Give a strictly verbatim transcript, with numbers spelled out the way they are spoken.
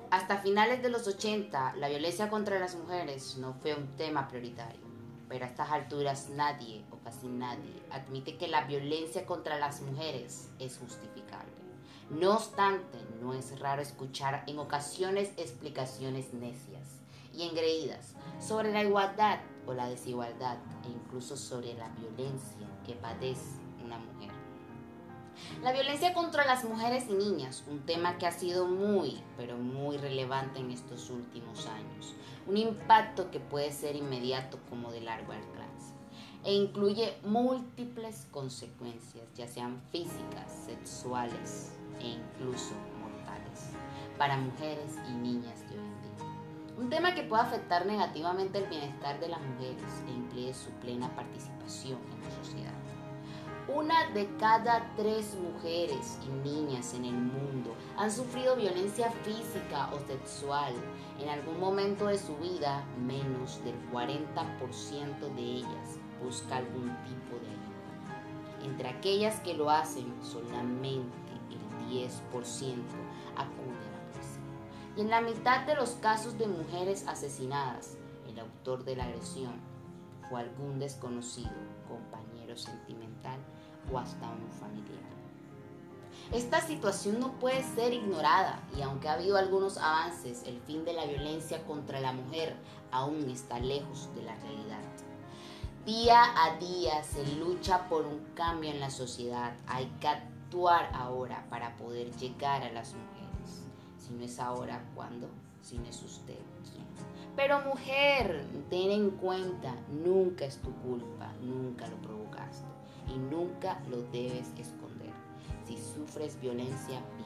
Hasta finales de los ochenta, la violencia contra las mujeres no fue un tema prioritario, pero a estas alturas nadie o casi nadie admite que la violencia contra las mujeres es justificable. No obstante, no es raro escuchar en ocasiones explicaciones necias y engreídas sobre la igualdad o la desigualdad e incluso sobre la violencia que padece una mujer. La violencia contra las mujeres y niñas, un tema que ha sido muy, pero muy relevante en estos últimos años. Un impacto que puede ser inmediato como de largo alcance e incluye múltiples consecuencias, ya sean físicas, sexuales e incluso mortales, para mujeres y niñas de hoy en día. Un tema que puede afectar negativamente el bienestar de las mujeres e impide su plena participación en la sociedad. Una de cada tres mujeres y niñas en el mundo han sufrido violencia física o sexual en algún momento de su vida. Menos del cuarenta por ciento de ellas busca algún tipo de ayuda. Entre aquellas que lo hacen, solamente el diez por ciento acude a la policía. Y en la mitad de los casos de mujeres asesinadas, el autor de la agresión fue algún desconocido, compañero sentimental o hasta un familiar. Esta situación no puede ser ignorada y aunque ha habido algunos avances, el fin de la violencia contra la mujer aún está lejos de la realidad. Día a día se lucha por un cambio en la sociedad. Hay que actuar ahora para poder llegar a las mujeres. Si no es ahora, ¿cuándo? Si no es usted, ¿quién? Pero mujer, ten en cuenta, nunca es tu culpa, nunca lo provocaste y nunca lo debes esconder. Si sufres violencia,